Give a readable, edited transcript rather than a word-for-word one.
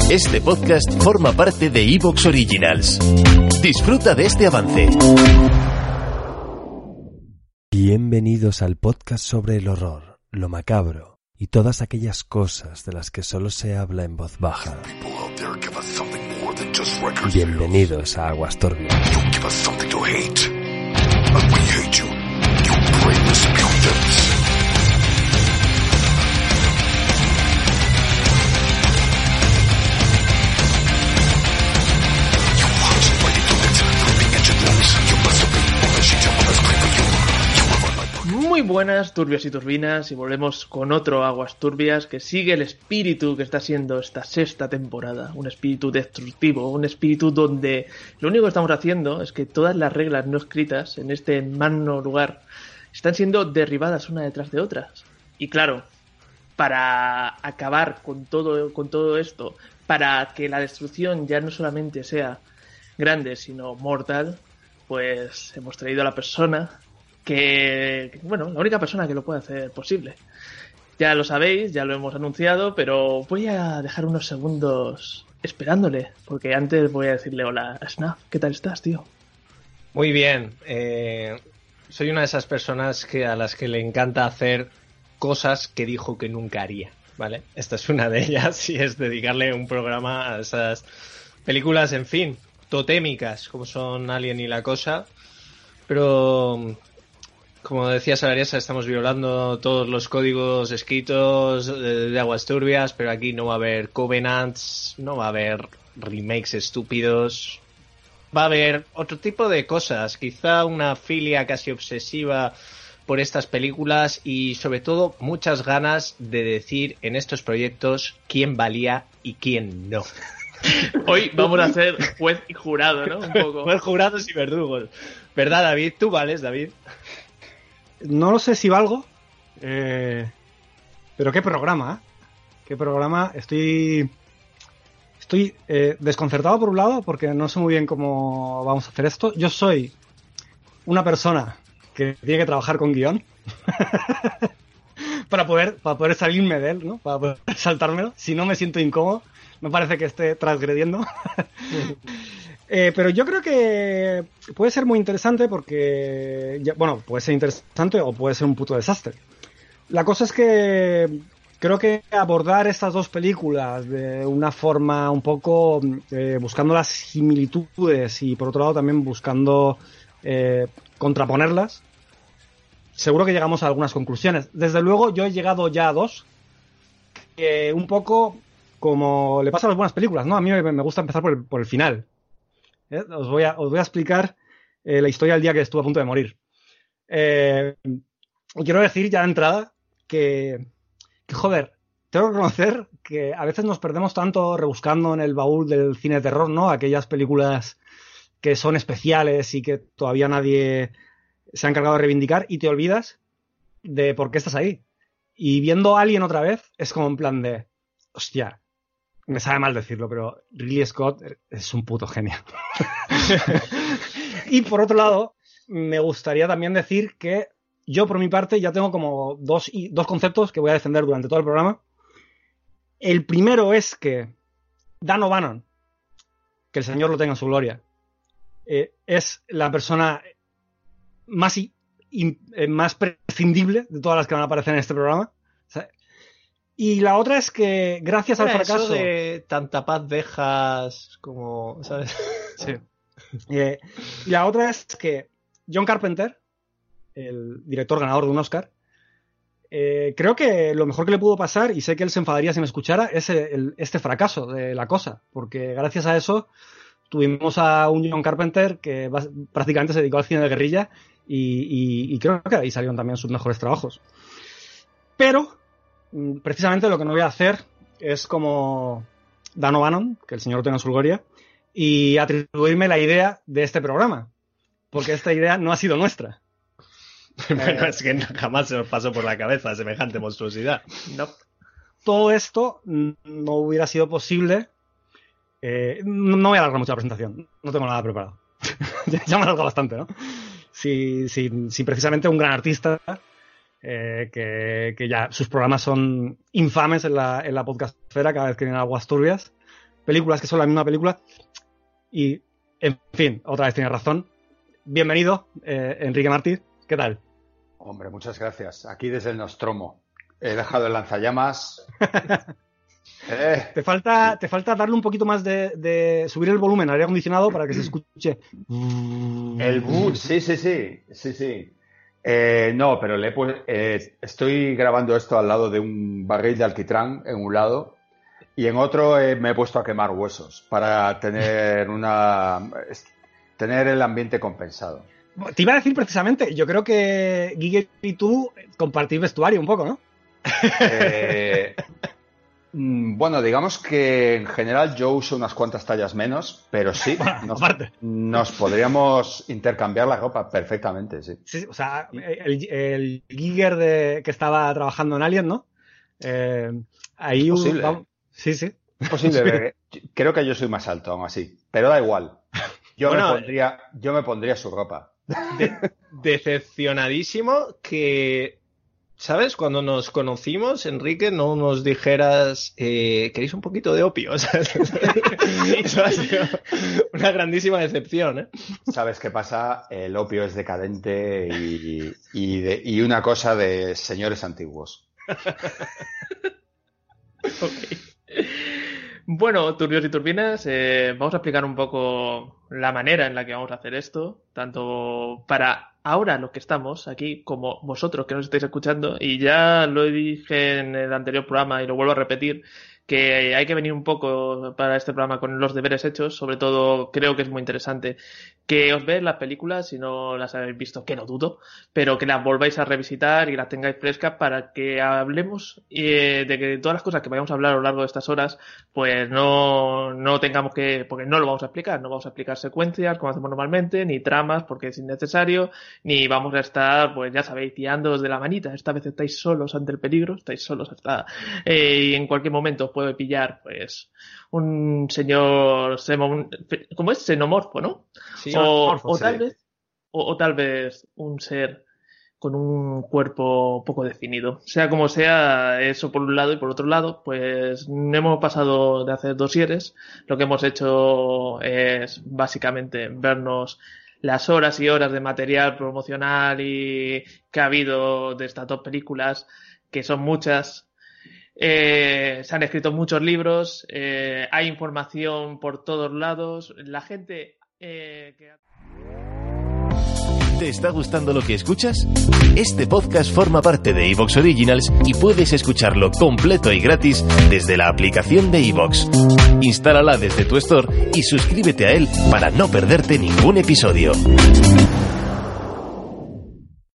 Este podcast forma parte de Evox Originals. Disfruta de este avance. Bienvenidos al podcast sobre el horror, lo macabro y todas aquellas cosas de las que solo se habla en voz baja. Bienvenidos a Aguas Turbias. Muy buenas, turbias y turbinas, y volvemos con otro Aguas Turbias que sigue el espíritu que está siendo esta sexta temporada, un espíritu destructivo, un espíritu donde lo único que estamos haciendo es que todas las reglas no escritas en este magno lugar están siendo derribadas una detrás de otras. Y claro, para acabar con todo esto, para que la destrucción ya no solamente sea grande, sino mortal, pues hemos traído a la persona la única persona que lo puede hacer posible. Ya lo sabéis, ya lo hemos anunciado, pero voy a dejar unos segundos esperándole, porque antes voy a decirle hola, Snaf, ¿qué tal estás, tío? Muy bien, soy una de esas personas a las que le encanta hacer cosas que dijo que nunca haría, ¿vale? Esta es una de ellas y es dedicarle un programa a esas películas, en fin, totémicas, como son Alien y La Cosa, pero como decía Salariasa, estamos violando todos los códigos escritos de Aguas Turbias, pero aquí no va a haber Covenants, no va a haber remakes estúpidos, va a haber otro tipo de cosas, quizá una filia casi obsesiva por estas películas y sobre todo muchas ganas de decir en estos proyectos quién valía y quién no. Hoy vamos a ser juez y jurado, ¿no? Un poco. Juez, jurados y verdugos. ¿Verdad, David? ¿Tú vales, David? No lo sé si valgo, pero qué programa, ¿eh? Qué programa. Estoy desconcertado por un lado porque no sé muy bien cómo vamos a hacer esto. Yo soy una persona que tiene que trabajar con guión para poder salirme de él, ¿no? Para poder saltármelo. Si no me siento incómodo, me parece que esté transgrediendo. Pero yo creo que puede ser muy interesante porque, puede ser interesante o puede ser un puto desastre. La cosa es que creo que abordar estas dos películas de una forma un poco buscando las similitudes y por otro lado también buscando contraponerlas, seguro que llegamos a algunas conclusiones. Desde luego yo he llegado ya a dos, un poco como le pasa a las buenas películas, ¿no? A mí me gusta empezar por el final. Os voy a explicar la historia del día que estuve a punto de morir. Quiero decir ya de entrada que joder, tengo que reconocer que a veces nos perdemos tanto rebuscando en el baúl del cine de terror, ¿no? Aquellas películas que son especiales y que todavía nadie se ha encargado de reivindicar y te olvidas de por qué estás ahí. Y viendo a Alien otra vez es como en plan de hostia, me sabe mal decirlo, pero Ridley Scott es un puto genio. Y por otro lado, me gustaría también decir que yo, por mi parte, ya tengo como dos conceptos que voy a defender durante todo el programa. El primero es que Dan O'Bannon, que el señor lo tenga en su gloria, es la persona más prescindible de todas las que van a aparecer en este programa. O sea, y la otra es que gracias al fracaso eso de tanta paz dejas como, ¿sabes? Sí. Y la otra es que John Carpenter, el director ganador de un Oscar, creo que lo mejor que le pudo pasar, y sé que él se enfadaría si me escuchara, es este fracaso de La Cosa, porque gracias a eso tuvimos a un John Carpenter que prácticamente se dedicó al cine de guerrilla y creo que ahí salieron también sus mejores trabajos. Pero precisamente lo que no voy a hacer es como Dan O'Bannon, que el señor lo tenga en su gloria, y atribuirme la idea de este programa, porque esta idea no ha sido nuestra. Bueno, es que jamás se nos pasó por la cabeza semejante monstruosidad. No. Todo esto no hubiera sido posible. No voy a alargar mucho la presentación, no tengo nada preparado. Ya me alargo bastante, ¿no? Si precisamente un gran artista que ya sus programas son infames en la podcastfera cada vez que vienen a Aguas Turbias, películas que son la misma película. Y, en fin, otra vez tienes razón. Bienvenido, Enrique Martí. ¿Qué tal? Hombre, muchas gracias. Aquí desde el Nostromo. He dejado el lanzallamas. Te falta darle un poquito más de subir el volumen al aire acondicionado para que se escuche. El boot, sí. No, pero estoy grabando esto al lado de un barril de alquitrán en un lado y en otro me he puesto a quemar huesos para tener el ambiente compensado. Te iba a decir precisamente, yo creo que Giger y tú compartís vestuario un poco, ¿no? Bueno, digamos que en general yo uso unas cuantas tallas menos, pero sí, nos podríamos intercambiar la ropa perfectamente, sí. Sí, o sea, el Giger que estaba trabajando en Alien, ¿no? Ahí es posible. Sí. Es posible, creo que yo soy más alto aún así, pero da igual. Yo me pondría su ropa. Decepcionadísimo que... ¿Sabes? Cuando nos conocimos, Enrique, no nos dijeras ¿queréis un poquito de opio? Eso ha sido una grandísima decepción, ¿eh? ¿Sabes qué pasa? El opio es decadente y una cosa de señores antiguos. Okay. Bueno, turbios y turbinas, vamos a explicar un poco la manera en la que vamos a hacer esto, tanto para ahora los que estamos aquí como vosotros que nos estáis escuchando, y ya lo dije en el anterior programa y lo vuelvo a repetir, que hay que venir un poco para este programa con los deberes hechos. Sobre todo creo que es muy interesante que os veáis las películas, si no las habéis visto, que no dudo, pero que las volváis a revisitar y las tengáis frescas para que hablemos de que todas las cosas que vayamos a hablar a lo largo de estas horas, pues no tengamos que, porque no lo vamos a explicar, no vamos a explicar secuencias como hacemos normalmente, ni tramas porque es innecesario, ni vamos a estar, pues ya sabéis, guiándoos de la manita. Esta vez estáis solos ante el peligro, estáis solos hasta y en cualquier momento puede pillar pues un señor ¿cómo es? Xenomorfo, ¿no? Sí, o tal vez un ser con un cuerpo poco definido. Sea como sea, eso por un lado, y por otro lado, pues hemos pasado de hacer dosieres. Lo que hemos hecho es básicamente vernos las horas y horas de material promocional y que ha habido de estas dos películas, que son muchas. Se han escrito muchos libros, hay información por todos lados, la gente ¿Te está gustando lo que escuchas? Este podcast forma parte de iVoox Originals y puedes escucharlo completo y gratis desde la aplicación de iVoox. Instálala desde tu store y suscríbete a él para no perderte ningún episodio.